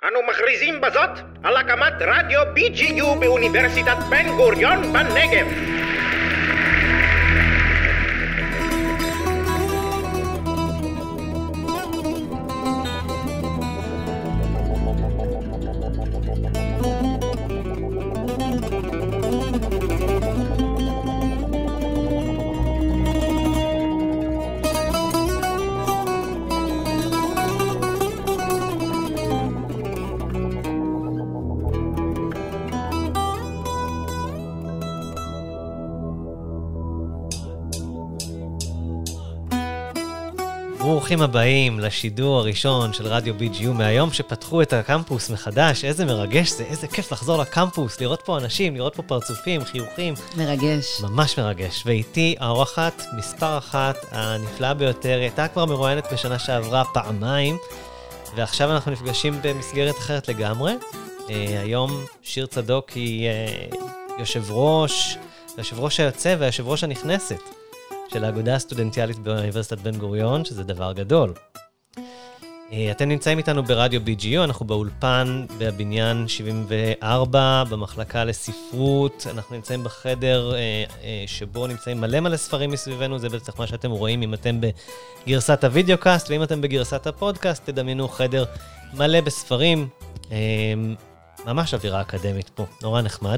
אנו מכריזים בזאת על הקמת רדיו BGU באוניברסיטת בן גוריון בנגב. ברוכים הבאים לשידור הראשון של רדיו BGU מהיום שפתחו את הקמפוס מחדש. איזה מרגש זה, איזה כיף לחזור לקמפוס, לראות פה אנשים, לראות פה פרצופים, חיוכים. מרגש. ממש מרגש. ואיתי האורחת מספר אחת הנפלאה ביותר, היא הייתה כבר מרואיינת בשנה שעברה פעמיים, ועכשיו אנחנו נפגשים במסגרת אחרת לגמרי. היום שיר צדוק היא יושב ראש היוצא והיושב ראש הנכנסת של האגודה הסטודנטיאלית באוניברסיטת בן גוריון, שזה דבר גדול. אתם נמצאים איתנו ברדיו BGU, אנחנו באולפן בבניין 74, במחלקה לספרות, אנחנו נמצאים בחדר שבו נמצאים מלא ספרים מסביבנו, זה בטח מה שאתם רואים אם אתם בגרסת הוידאו-קאסט, ואם אתם בגרסת הפודקאסט, תדמיינו חדר מלא בספרים, ממש אווירה אקדמית פה, נורא נחמד.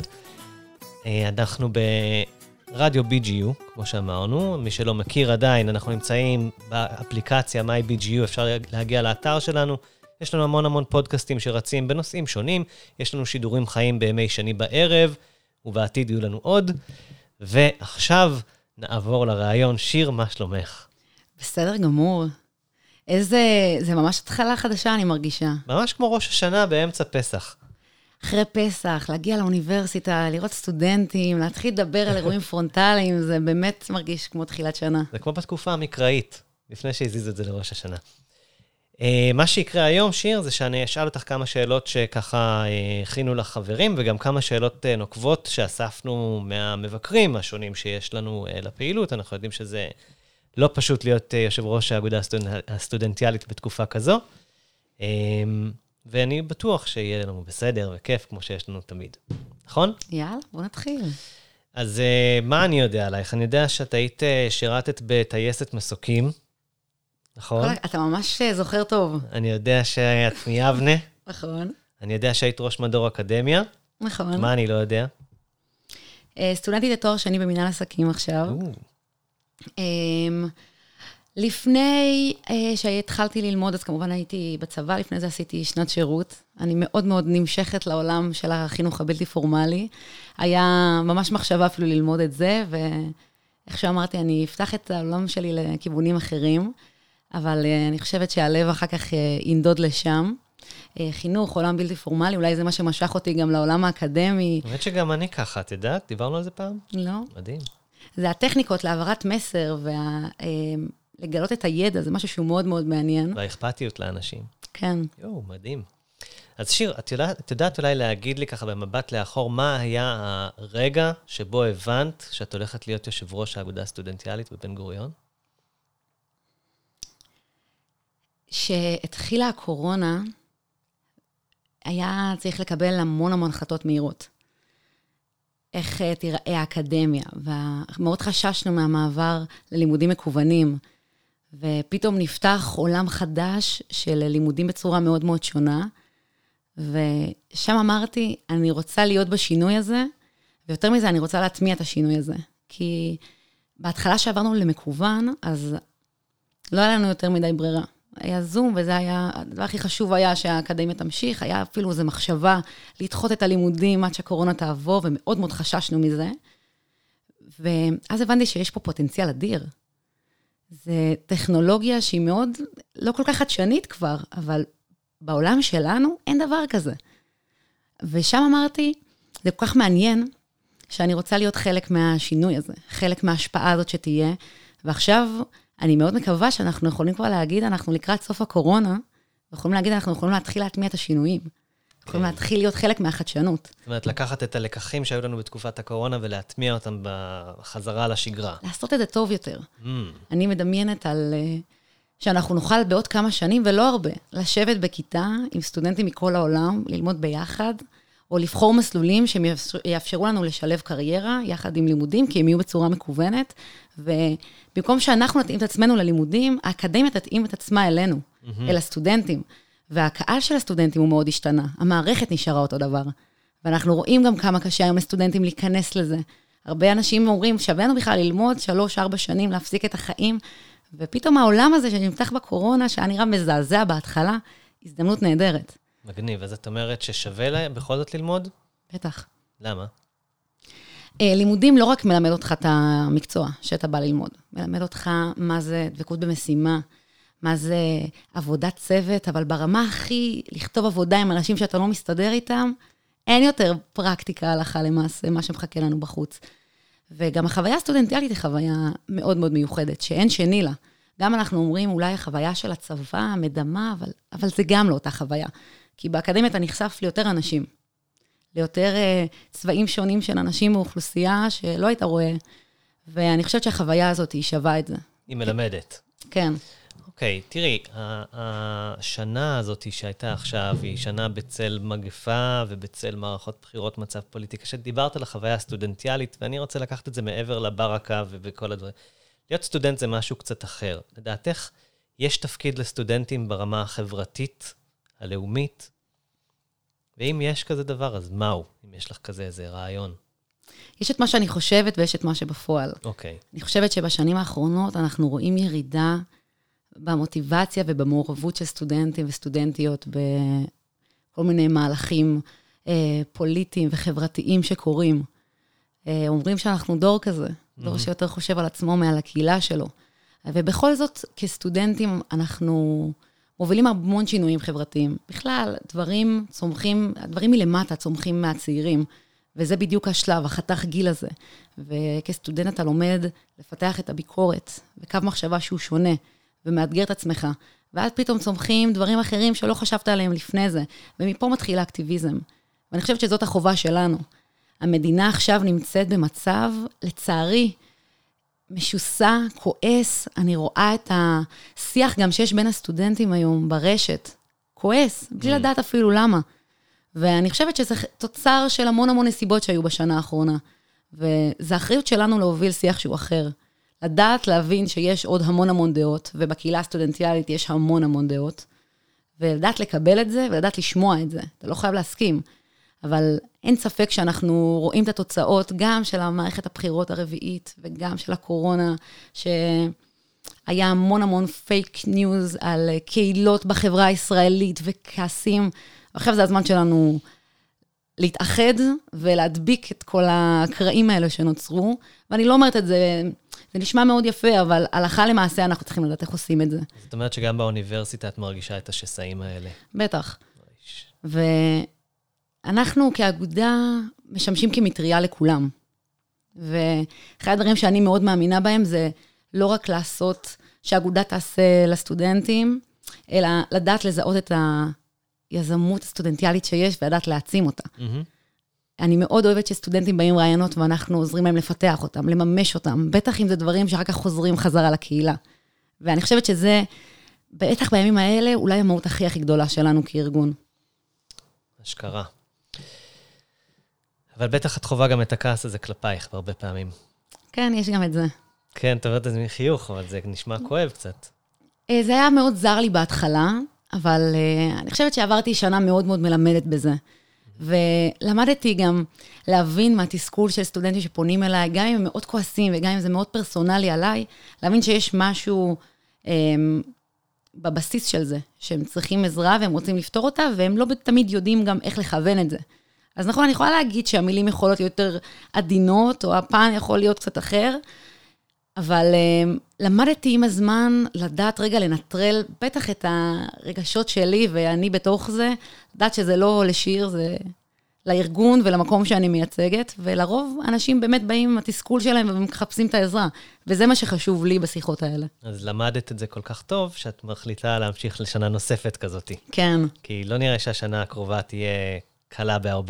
אנחנו רדיו BGU, כמו שאמרנו, מי שלא מכיר עדיין, אנחנו נמצאים באפליקציה MyBGU, אפשר להגיע לאתר שלנו, יש לנו המון פודקאסטים שרצים בנושאים שונים, יש לנו שידורים חיים בימי שני בערב, ובעתיד יהיו לנו עוד, ועכשיו נעבור לראיון. שיר, מה שלומך? בסדר גמור. זה ממש התחלה חדשה, אני מרגישה. ממש כמו ראש השנה באמצע פסח. אחרי פסח, להגיע לאוניברסיטה, לראות סטודנטים, להתחיל לדבר על אירועים פרונטליים, זה באמת מרגיש כמו תחילת שנה. זה כמו בתקופה המקראית, לפני שהזיזו את זה לראש השנה. מה שיקרה היום, שיר, זה שאני אשאל אותך כמה שאלות שככה הכינו לך חברים, וגם כמה שאלות נוקבות שאספנו מהמבקרים השונים שיש לנו לפעילות. אנחנו יודעים שזה לא פשוט להיות יושב ראש האגודה הסטודנטיאלית בתקופה כזו. ואני בטוח שיהיה לנו בסדר וכיף, כמו שיש לנו תמיד. נכון? יאללה, בוא נתחיל. אז מה אני יודע עלייך? אני יודע שאת היית שירתת בטייסת מסוקים, נכון? אתה ממש זוכר טוב. אני יודע שאת מיבנה. נכון. אני יודע שהיית ראש מדור אקדמיה. נכון. מה אני לא יודע? סטודנטית לתואר שני במנהל עסקים עכשיו. לפני שהתחלתי ללמוד, אז כמובן הייתי בצבא, לפני זה עשיתי שנת שירות. אני מאוד נמשכת לעולם של החינוך הבלתי פורמלי. היה ממש מחשבה אפילו ללמוד את זה, ואיך שאמרתי, אני אפתח את העולם שלי לכיוונים אחרים, אבל אני חושבת שהלב אחר כך ינדוד לשם. חינוך, עולם בלתי פורמלי, אולי זה מה שמשך אותי גם לעולם האקדמי. באמת שגם אני ככה, את יודעת? דיברנו על זה פעם? לא. מדהים. זה הטכניקות להעברת מסר לגלות את הידע, זה משהו שהוא מאוד מעניין. והאכפתיות לאנשים. כן. מדהים. אז שיר, את יודעת אולי להגיד לי ככה במבט לאחור, מה היה הרגע שבו הבנת שאת הולכת להיות יושב ראש האגודה הסטודנטיאלית בבן גוריון? שהתחילה הקורונה, היה צריך לקבל המון החלטות מהירות. איך תראה האקדמיה, ומאוד חששנו מהמעבר ללימודים מקוונים, ופתאום נפתח עולם חדש של לימודים בצורה מאוד שונה, ושם אמרתי, אני רוצה להיות בשינוי הזה, ויותר מזה, אני רוצה להטמיע את השינוי הזה. כי בהתחלה שעברנו למקוון, אז לא היה לנו יותר מדי ברירה. היה זום, וזה היה, הדבר הכי חשוב היה שהאקדמיה תמשיך, היה אפילו איזו מחשבה לדחות את הלימודים עד שהקורונה תעבור, ומאוד חששנו מזה. ואז הבנתי שיש פה פוטנציאל אדיר. זה טכנולוגיה שהיא מאוד, לא כל כך חדשנית כבר, אבל בעולם שלנו אין דבר כזה. ושם אמרתי, זה כל כך מעניין, שאני רוצה להיות חלק מהשינוי הזה, חלק מההשפעה הזאת שתהיה, ועכשיו אני מאוד מקווה שאנחנו יכולים כבר להגיד, אנחנו לקראת סוף הקורונה, יכולים להגיד, אנחנו יכולים להתחיל להטמיע את השינויים. יכולים להתחיל להיות חלק מהחדשנות. זאת אומרת, לקחת את הלקחים שהיו לנו בתקופת הקורונה, ולהטמיע אותם בחזרה לשגרה. לעשות את זה טוב יותר. אני מדמיינת על שאנחנו נוכל בעוד כמה שנים, ולא הרבה, לשבת בכיתה עם סטודנטים מכל העולם, ללמוד ביחד, או לבחור מסלולים שיאפשרו לנו לשלב קריירה, יחד עם לימודים, כי הם יהיו בצורה מקוונת, ובמקום שאנחנו נתאים את עצמנו ללימודים, האקדמיה תתאים את עצמה אלינו, אל הסטודנטים. והקהל של הסטודנטים הוא מאוד השתנה, המערכת נשארה אותו דבר. ואנחנו רואים גם כמה קשה היום לסטודנטים להיכנס לזה. הרבה אנשים אומרים, שווה לנו בכלל ללמוד 3-4 שנים, להפסיק את החיים, ופתאום העולם הזה שנפתח בקורונה, שהיה נראה מזעזע בהתחלה, הזדמנות נהדרת. מגניב, אז את אומרת ששווה להם בכל זאת ללמוד? בטח. למה? לימודים לא רק מלמד אותך את המקצוע שאתה בא ללמוד, מלמד אותך מה זה דבקות במשימה, מה זה עבודת צוות, אבל ברמה הכי לכתוב עבודה עם אנשים שאתה לא מסתדר איתם, אין יותר פרקטיקה הלכה למעשה, מה שמחכה לנו בחוץ. וגם החוויה הסטודנטיאלית היא חוויה מאוד מאוד מיוחדת, שאין שני לה. גם אנחנו אומרים, אולי החוויה של הצבא, מדמה, אבל זה גם לא אותה חוויה. כי באקדמיה אתה נחשף ליותר אנשים, ליותר צבעים שונים של אנשים מאוכלוסייה שלא היית רואה, ואני חושבת שהחוויה הזאת היא שווה את זה. היא מלמדת. כן. אוקיי, תראי, השנה הזאת שהייתה עכשיו, היא שנה בצל מגפה ובצל מערכות בחירות מצב פוליטי. כשדיברת על החוויה הסטודנטיאלית, ואני רוצה לקחת את זה מעבר לברקה ובכל הדברים. להיות סטודנט זה משהו קצת אחר. לדעתך, יש תפקיד לסטודנטים ברמה החברתית, הלאומית, ואם יש כזה דבר, אז מהו? אם יש לך כזה איזה רעיון. יש את מה שאני חושבת ויש את מה שבפועל. אוקיי. אני חושבת שבשנים האחרונות אנחנו רואים ירידה במוטיבציה ובמעורבות של סטודנטים וסטודנטיות בכל מיני מהלכים פוליטיים וחברתיים שקורים. אומרים שאנחנו דור כזה, דור שיותר חושב על עצמו מעל הקהילה שלו. ובכל זאת, כסטודנטים, אנחנו מובילים המון שינויים חברתיים. בכלל, דברים מלמטה צומחים מהצעירים, וזה בדיוק השלב, החתך גיל הזה. וכסטודנט אתה לומד לפתח את הביקורת, וקו מחשבה שהוא שונה, ומאתגר את עצמך. ואז פתאום צומחים דברים אחרים שלא חשבת עליהם לפני זה, ומפה מתחיל האקטיביזם. ואני חושבת שזאת החובה שלנו. המדינה עכשיו נמצאת במצב, לצערי, משוסע, כועס. אני רואה את השיח גם שיש בין הסטודנטים היום ברשת. כועס, בלי לדעת אפילו למה. ואני חושבת שזה תוצר של המון נסיבות שהיו בשנה האחרונה. וזו אחריות שלנו להוביל שיח שהוא אחר. לדעת להבין שיש עוד המון דעות, ובקהילה הסטודנטיאלית יש המון דעות, ולדעת לקבל את זה, ולדעת לשמוע את זה. אתה לא חייב להסכים. אבל אין ספק שאנחנו רואים את התוצאות, גם של המערכת הבחירות הרביעית, וגם של הקורונה, שהיה המון פייק ניוז על קהילות בחברה הישראלית, וכעסים. עכשיו זה הזמן שלנו להתאחד, ולהדביק את כל הקרעים האלה שנוצרו, ואני לא אומרת את זה, זה נשמע מאוד יפה, אבל הלכה למעשה אנחנו צריכים לדעת איך עושים את זה. זאת אומרת שגם באוניברסיטה את מרגישה את השסעים האלה. בטח. ואנחנו כאגודה משמשים כמטריה לכולם. ואחד הדברים שאני מאוד מאמינה בהם זה לא רק לעשות שהאגודה תעשה לסטודנטים, אלא לדעת לזהות את היזמות הסטודנטיאלית שיש ולדעת להעצים אותה. אני מאוד אוהבת שסטודנטים באים רעיונות ואנחנו עוזרים להם לפתח אותם, לממש אותם, בטח אם זה דברים שאחר כך חוזרים חזרה לקהילה. ואני חושבת שזה, בטח בימים האלה, אולי המהות הכי גדולה שלנו כארגון. אשכרה. אבל בטח את חובה גם את הכעס הזה כלפייך בהרבה פעמים. כן, יש גם את זה. כן, אתה אומרת את זה מחיוך, אבל זה נשמע כואב קצת. זה היה מאוד זר לי בהתחלה, אבל אני חושבת שעברתי שנה מאוד מלמדת בזה. ולמדתי גם להבין מהתסכול של סטודנטים שפונים אליי, גם אם הם מאוד כועסים וגם אם זה מאוד פרסונלי עליי, להבין שיש משהו בבסיס של זה, שהם צריכים עזרה והם רוצים לפתור אותה, והם לא תמיד יודעים גם איך לכוון את זה. אז נכון, אני יכולה להגיד שהמילים יכולות להיות יותר עדינות, או הפן יכול להיות קצת אחר, אבל למדתי עם הזמן לדעת רגע לנטרל בטח את הרגשות שלי, ואני בתוך זה, לדעת שזה לא לשיר, זה לארגון ולמקום שאני מייצגת, ולרוב אנשים באמת באים עם התסכול שלהם ומחפשים את העזרה, וזה מה שחשוב לי בשיחות האלה. אז למדת את זה כל כך טוב, שאת מחליטה להמשיך לשנה נוספת כזאת. כן. כי לא נראה שהשנה הקרובה תהיה קלה בהרבה.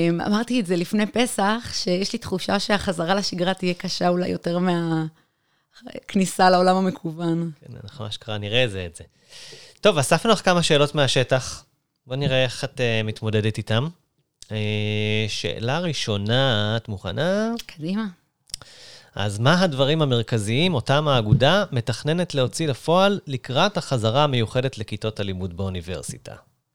אמרתי את זה לפני פסח, שיש לי תחושה שהחזרה לשגרה תהיה קשה אולי יותר כניסה לעולם המקוון. כן, אנחנו אשכרה נראה את זה. טוב, אספנו לך כמה שאלות מהשטח. בוא נראה איך את מתמודדת איתם. שאלה ראשונה, את מוכנה? קדימה. אז מה הדברים המרכזיים אותם האגודה מתכננת להוציא לפועל לקראת החזרה המיוחדת לכיתות הלימוד באוניברסיטה?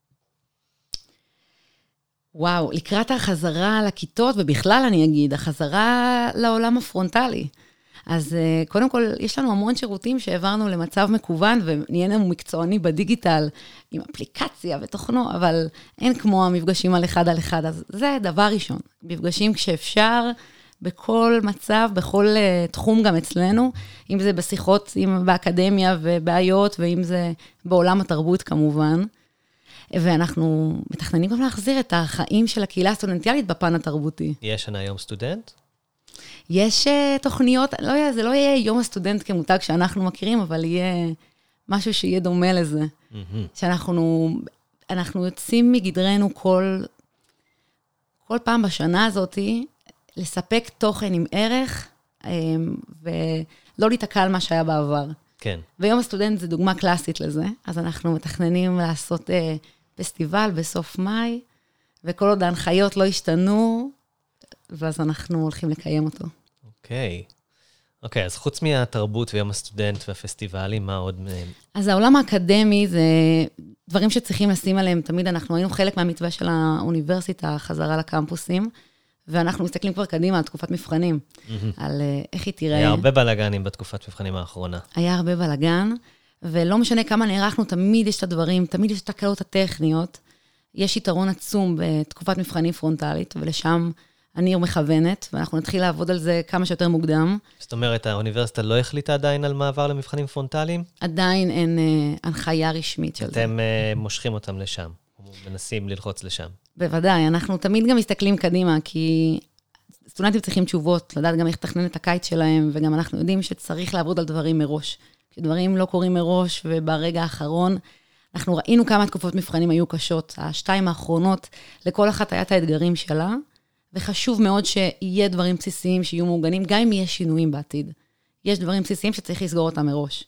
וואו, לקראת החזרה לכיתות, ובכלל אני אגיד, החזרה לעולם הפרונטלי. אז קודם כל, יש לנו המון שירותים שהעברנו למצב מקוון, ונהיינו מקצועני בדיגיטל, עם אפליקציה ותוכנו, אבל אין כמו המפגשים על אחד על אחד. אז זה דבר ראשון, מפגשים כשאפשר, בכל מצב, בכל תחום גם אצלנו, אם זה בשיחות באקדמיה ובעיות, ואם זה בעולם התרבות כמובן. ואנחנו מתכננים גם להחזיר את החיים של הקהילה הסטודנטיאלית בפן התרבותי. יש שנה יום סטודנט? יש תוכניות, זה לא יהיה יום הסטודנט כמותג שאנחנו מכירים, אבל יהיה משהו שיהיה דומה לזה. שאנחנו יוצאים מגדרנו כל פעם בשנה הזאת, לספק תוכן עם ערך, ולא להתעכל על מה שהיה בעבר. כן. ויום הסטודנט זה דוגמה קלאסית לזה, אז אנחנו מתכננים לעשות פסטיבל בסוף מאי, וכל עוד ההנחיות לא השתנו, ואז אנחנו הולכים לקיים אותו. אוקיי, אז חוץ מהתרבות ויום הסטודנט והפסטיבלים, מה עוד מהם? אז העולם האקדמי זה דברים שצריכים לשים עליהם, תמיד אנחנו היינו חלק מהמתווה של האוניברסיטה, חזרה לקמפוסים, ואנחנו מסתכלים כבר קדימה על תקופת מבחנים, על איך היא תראה. היה הרבה בלגנים בתקופת מבחנים האחרונה. היה הרבה בלגן, ולא משנה כמה נערכנו, תמיד יש את הדברים, תמיד יש את הקלות הטכניות, יש יתרון עצום בתקופת מבחנים פרונטלית, ולשם אני מכוונת, ואנחנו נתחיל לעבוד על זה כמה שיותר מוקדם. זאת אומרת, האוניברסיטה לא החליטה עדיין על מעבר למבחנים פרונטליים? עדיין אין הנחיה רשמית של זה. אתם מושכים אותם לשם, מנסים ללחוץ לשם. בוודאי, אנחנו תמיד גם מסתכלים קדימה, כי סטודנטים צריכים תשובות, לדעת גם איך לתכנן את הקיץ שלהם, וגם אנחנו יודעים שצריך לעבוד על דברים מראש. כשדברים לא קורים מראש, וברגע האחרון, אנחנו ראינו כמה תקופות מבחנים היו קשות, השתיים האחרונות, לכל אחת היה את האתגרים שלה, וחשוב מאוד שיהיה דברים בסיסיים שיהיו מעוגנים, גם אם יהיה שינויים בעתיד. יש דברים בסיסיים שצריך לסגור אותם מראש.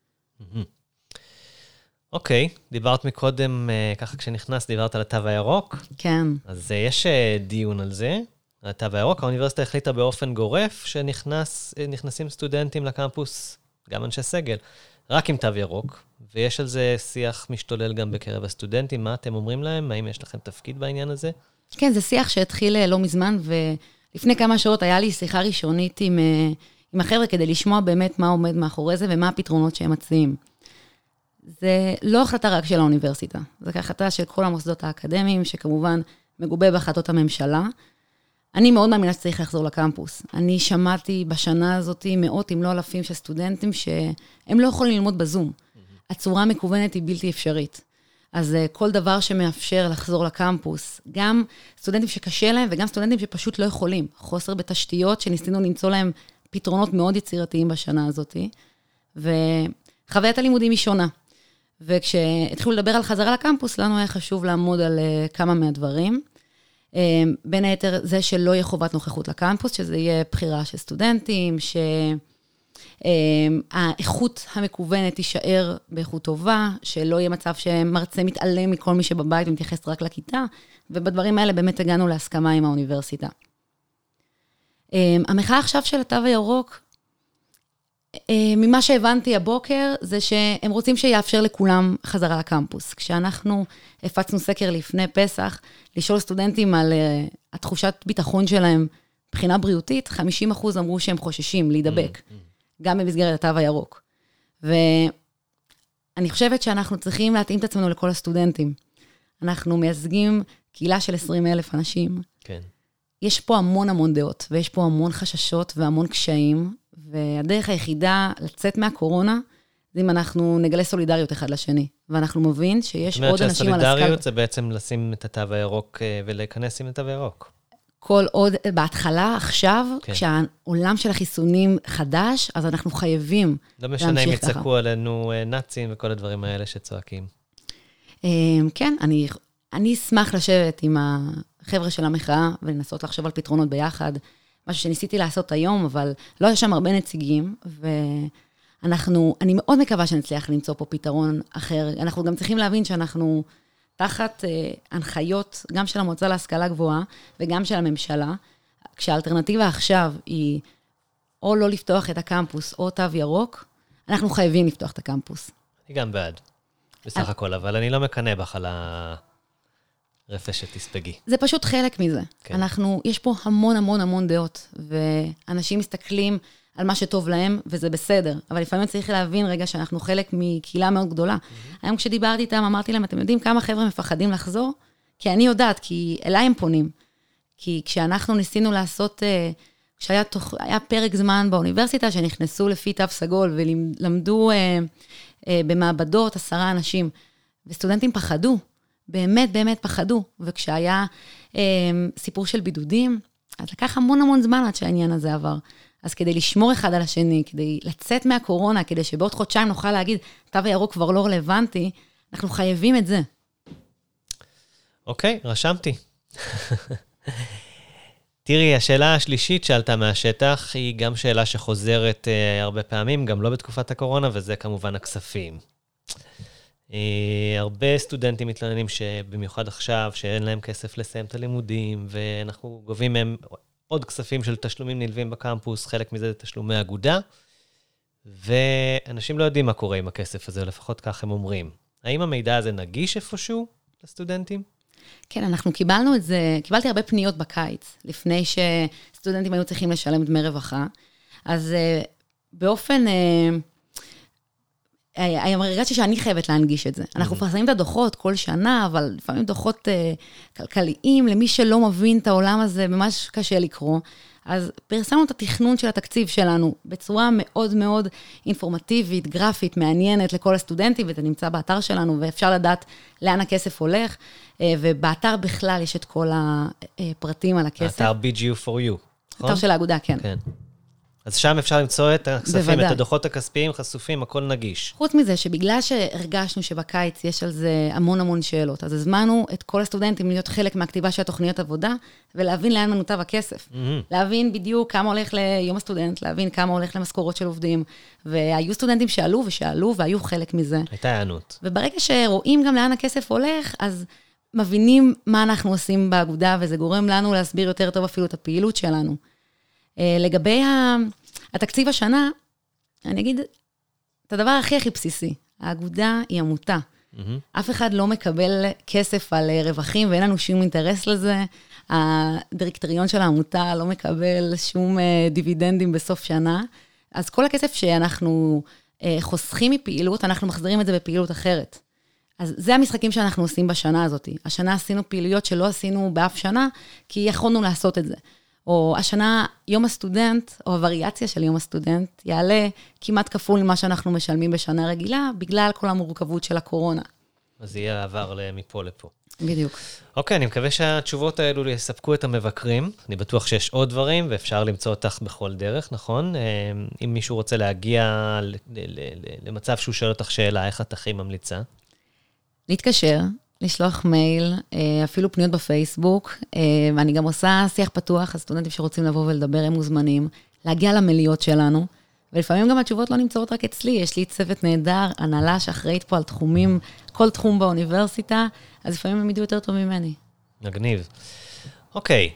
אוקיי, דיברת מקודם, ככה כשנכנס, דיברת על התו הירוק. כן. אז יש דיון על זה, על התו הירוק. האוניברסיטה החליטה באופן גורף שנכנסים סטודנטים לקמפוס, גם אנשי סגל, רק עם תו ירוק, ויש על זה שיח משתולל גם בקרב הסטודנטים. מה אתם אומרים להם? האם יש לכם תפקיד בעניין הזה? כן, זה שיח שהתחיל לא מזמן, ולפני כמה שעות היה לי שיחה ראשונית עם החבר'ה, כדי לשמוע באמת מה עומד מאחורי זה, ומה הפתרונות שהם מציעים. זה לא החלטה רק של האוניברסיטה, זה החלטה של כל המוסדות האקדמיים, שכמובן מגובה בהחלטות הממשלה. אני מאוד מאמינה שצריך לחזור לקמפוס. אני שמעתי בשנה הזאת מאות, אם לא אלפים של סטודנטים, שהם לא יכולים ללמוד בזום. הצורה המקוונת היא בלתי אפשרית. אז כל דבר שמאפשר לחזור לקמפוס, גם סטודנטים שקשה להם, וגם סטודנטים שפשוט לא יכולים. חוסר בתשתיות, שניסינו למצוא להם פתרונות מאוד יצירתיים בשנה הזאת. וחוויית הלימודים היא שונה. וכשהתחילו לדבר על חזרה לקמפוס, לנו היה חשוב לעמוד על כמה מהדברים. בין היתר זה שלא יהיה חובת נוכחות לקמפוס, שזה יהיה בחירה של סטודנטים, שהאיכות המקוונת תישאר באיכות טובה, שלא יהיה מצב שמרצה מתעלם מכל מי שבבית ומתייחס רק לכיתה, ובדברים האלה באמת הגענו להסכמה עם האוניברסיטה. המחאה עכשיו של התו הירוק, ממה שהבנתי הבוקר, זה שהם רוצים שיאפשר לכולם חזרה לקמפוס. כשאנחנו הפצנו סקר לפני פסח, לשאול סטודנטים על התחושת ביטחון שלהם, מבחינה בריאותית, 50% אמרו שהם חוששים להידבק, גם במסגרת התו הירוק. ואני חושבת שאנחנו צריכים להתאים את עצמנו לכל הסטודנטים. אנחנו מייצגים קהילה של 20,000 אנשים. כן. יש פה המון דעות, ויש פה המון חששות והמון קשיים, והדרך היחידה לצאת מהקורונה, זה אם אנחנו נגלה סולידריות אחד לשני, ואנחנו מבין שיש עוד אנשים על הסקאלה. סולידריות זה בעצם לשים את התו הירוק ולהיכנס עם התו הירוק. כל עוד, בהתחלה, עכשיו, כשהעולם של החיסונים חדש, אז אנחנו חייבים להמשיך ככה. לא משנה אם יצעקו עלינו נאצים וכל הדברים האלה שצועקים. כן, אני אשמח לשבת עם החבר'ה של המחאה, ולנסות לחשוב על פתרונות ביחד. משהו שניסיתי לעשות היום, אבל לא היה שם הרבה נציגים, אני מאוד מקווה שנצליח למצוא פה פתרון אחר. אנחנו גם צריכים להבין שאנחנו תחת הנחיות, גם של המועצה להשכלה גבוהה, וגם של הממשלה, כשהאלטרנטיבה עכשיו היא או לא לפתוח את הקמפוס, או תו ירוק, אנחנו חייבים לפתוח את הקמפוס. אני גם בעד, בסך הכל, אבל אני לא מקנא בך על הרפש שתספגי. זה פשוט חלק מזה. כן. יש פה המון המון המון דעות, ואנשים מסתכלים על מה שטוב להם, וזה בסדר. אבל לפעמים צריך להבין רגע שאנחנו חלק מקהילה מאוד גדולה. היום כשדיברתי איתם, אמרתי להם, אתם יודעים כמה חבר'ה מפחדים לחזור? כי אני יודעת, כי אליי הם פונים. כי כשאנחנו ניסינו לעשות, היה פרק זמן באוניברסיטה, שנכנסו לפי תו סגול, ולמדו במעבדות 10 אנשים, וסטודנטים פחדו, באמת באמת פחדו, וכשהיה סיפור של בידודים, אז לקח המון המון זמן עד שהעניין הזה עבר. אז כדי לשמור אחד על השני, כדי לצאת מהקורונה, כדי שבעוד חודשיים נוכל להגיד, תו הירוק כבר לא רלוונטי, אנחנו חייבים את זה. אוקיי, רשמתי. תראי, השאלה השלישית שעלתה מהשטח, היא גם שאלה שחוזרת הרבה פעמים, גם לא בתקופת הקורונה, וזה כמובן הכספים. הרבה סטודנטים מתלוננים שבמיוחד עכשיו, שאין להם כסף לסיים את הלימודים, ואנחנו גובים מהם עוד כספים של תשלומים נלווים בקמפוס, חלק מזה זה תשלומי אגודה, ואנשים לא יודעים מה קורה עם הכסף הזה, לפחות כך הם אומרים. האם המידע הזה נגיש איפשהו לסטודנטים? כן, אנחנו קיבלנו את זה, קיבלתי הרבה פניות בקיץ, לפני שסטודנטים היו צריכים לשלם דמי רווחה, אז באופן, הרגשתי שאני חייבת להנגיש את זה. אנחנו מפרסמים את הדוחות כל שנה, אבל לפעמים דוחות כלכליים, למי שלא מבין את העולם הזה, ממש קשה לקרוא. אז פרסמנו את התכנון של התקציב שלנו, בצורה מאוד מאוד אינפורמטיבית, גרפית, מעניינת לכל הסטודנטים, וזה נמצא באתר שלנו, ואפשר לדעת לאן הכסף הולך, ובאתר בכלל יש את כל הפרטים על הכסף. האתר BGU4U, נכון? אתר של האגודה, כן. כן. אז שם אפשר למצוא את הכספים, בוודאי. את הדוחות הכספיים, חשופים, הכל נגיש. חוץ מזה, שבגלל שהרגשנו שבקיץ יש על זה המון המון שאלות, אז הזמנו את כל הסטודנטים להיות חלק מהכתיבה של התוכניות עבודה, ולהבין לאן מנותב הכסף. להבין בדיוק כמה הולך ליום הסטודנט, להבין כמה הולך למשכורות של עובדים, והיו סטודנטים שעלו, והיו חלק מזה. הייתה הענות. וברגע שרואים גם לאן הכסף הולך, אז מבינים מה אנחנו עושים באגודה, וזה גורם לנו להסביר יותר טוב אפילו את הפעילות שלנו. לגבי התקציב השנה, אני אגיד את הדבר הכי בסיסי. האגודה היא עמותה. אף אחד לא מקבל כסף על רווחים, ואין לנו שום אינטרס לזה. הדירקטוריון של העמותה לא מקבל שום דיבידנדים בסוף שנה. אז כל הכסף שאנחנו חוסכים מפעילות, אנחנו מחזירים את זה בפעילות אחרת. אז זה המשחקים שאנחנו עושים בשנה הזאת. השנה עשינו פעילויות שלא עשינו באף שנה, כי יכולנו לעשות את זה. או השנה, יום הסטודנט, או הווריאציה של יום הסטודנט, יעלה כמעט כפול ממה שאנחנו משלמים בשנה רגילה, בגלל כל המורכבות של הקורונה. אז יהיה עבר מפה לפה. בדיוק. אוקיי, אני מקווה שהתשובות האלו יספקו את המבקרים. אני בטוח שיש עוד דברים, ואפשר למצוא אותך בכל דרך, נכון? אם מישהו רוצה להגיע למצב שהוא שואל אותך שאלה, איך את הכי ממליצה? להתקשר, לשלוח מייל, אפילו פניות בפייסבוק, ואני גם עושה שיח פתוח, אז סטודנטים שרוצים לבוא ולדבר הם מוזמנים, להגיע למליות שלנו, ולפעמים גם התשובות לא נמצאות רק אצלי, יש לי צוות נהדר, הנהלה שאחראית פה על תחומים, כל תחום באוניברסיטה, אז לפעמים הם ידעו יותר טוב ממני. מגניב. אוקיי,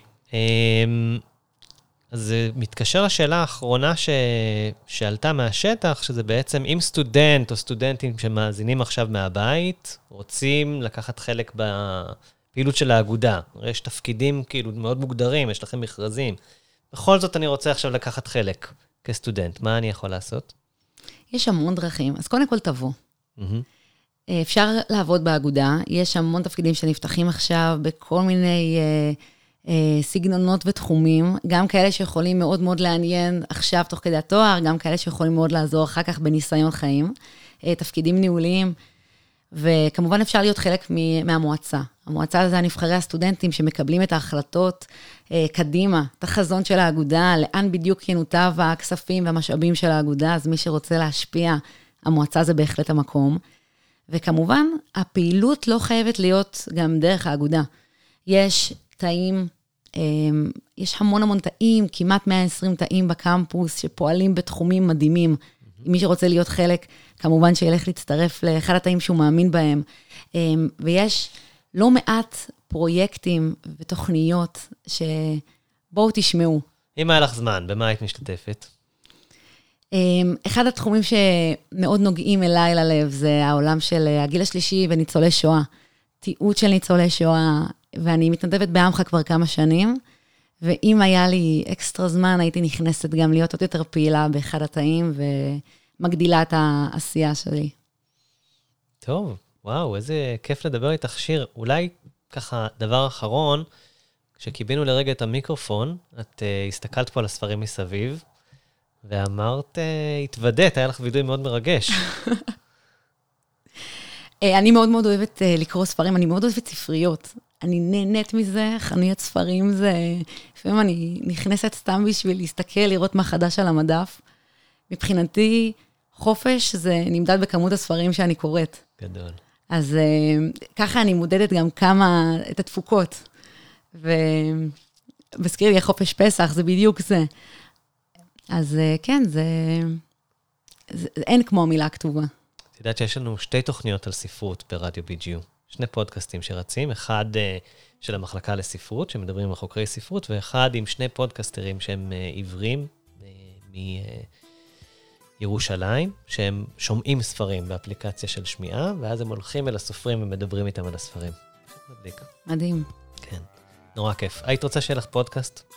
אז זה מתקשר לשאלה האחרונה שעלתה מהשטח, שזה בעצם אם סטודנט או סטודנטים שמאזינים עכשיו מהבית, רוצים לקחת חלק בפעילות של האגודה. יש תפקידים כאילו מאוד מוגדרים, יש לכם מכרזים. בכל זאת אני רוצה עכשיו לקחת חלק כסטודנט. מה אני יכול לעשות? יש המון דרכים, אז קודם כל תבוא. אפשר לעבוד באגודה, יש המון תפקידים שנפתחים עכשיו בכל מיני סגנונות ותחומים, גם כאלה שיכולים מאוד מאוד לעניין עכשיו תוך כדי התואר, גם כאלה שיכולים מאוד לעזור אחר כך בניסיון חיים, תפקידים ניהוליים, וכמובן אפשר להיות חלק מהמועצה. המועצה זה הנבחרי הסטודנטים שמקבלים את ההחלטות קדימה, את החזון של האגודה, לאן בדיוק ינותב הכספים והמשאבים של האגודה, אז מי שרוצה להשפיע, המועצה זה בהחלט המקום. וכמובן, הפעילות לא חייבת להיות גם דרך האגודה. יש תאים יש המון תאים, כמעט 120 תאים בקמפוס, שפועלים בתחומים מדהימים. מי שרוצה להיות חלק, כמובן שילך להצטרף לאחד התאים שהוא מאמין בהם. ויש לא מעט פרויקטים ותוכניות שבואו תשמעו. אם היה לך זמן, במה היית משתתפת? אחד התחומים שמאוד נוגעים אליי ללב, זה העולם של הגיל השלישי וניצולי שואה. תיעוד של ניצולי שואה, ואני מתנדבת בעמך כבר כמה שנים, ואם היה לי אקסטרה זמן, הייתי נכנסת גם להיות עוד יותר פעילה באחד התאים, ומגדילה את העשייה שלי. טוב, וואו, איזה כיף לדבר איתך שיר. אולי ככה דבר אחרון, כשקיבינו לרגע את המיקרופון, את הסתכלת פה על הספרים מסביב, ואמרת, התוודעת, היה לך וידוי מאוד מרגש. אני מאוד מאוד אוהבת לקרוא ספרים, אני מאוד אוהבת ספריות. אני נהנית מזה, חנויות ספרים זה... לפעמים אני נכנסת סתם בשביל להסתכל, לראות מה חדש על המדף. מבחינתי, חופש זה נמדד בכמות הספרים שאני קוראת. גדול. אז ככה אני מודדת גם כמה, את התפוקות. ובזכיר לי חופש פסח, זה בדיוק זה. אז כן, זה אין כמו המילה הכתובה. את יודעת שיש לנו 2 תוכניות על ספרות ברדיו BGU. 2 פודקאסטים שרצים, אחד של המחלקה לספרות, שמדברים על חוקרי ספרות, ואחד עם 2 פודקאסטרים שהם עיוורים מירושלים, שהם שומעים ספרים באפליקציה של שמיעה, ואז הם הולכים אל הסופרים ומדברים איתם על הספרים. מדליק. מדהים. כן, נורא כיף. היית רוצה שיהיה לך פודקאסט?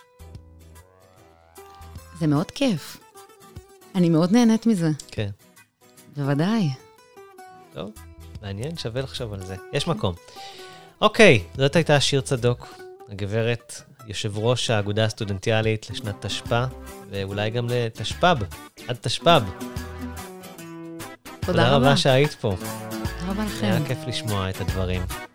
זה מאוד כיף. אני מאוד נהנית מזה. כן. בוודאי. טוב, מעניין, שווה לחשוב על זה. יש מקום. אוקיי, זאת הייתה שיר צדוק, הגברת, יושב ראש האגודה הסטודנטיאלית לשנת תשפ"א, ואולי גם לתשפ"ב, עד תשפ"ב. תודה רבה רבה שהיית פה. תודה רבה לכם. היה כיף לשמוע את הדברים.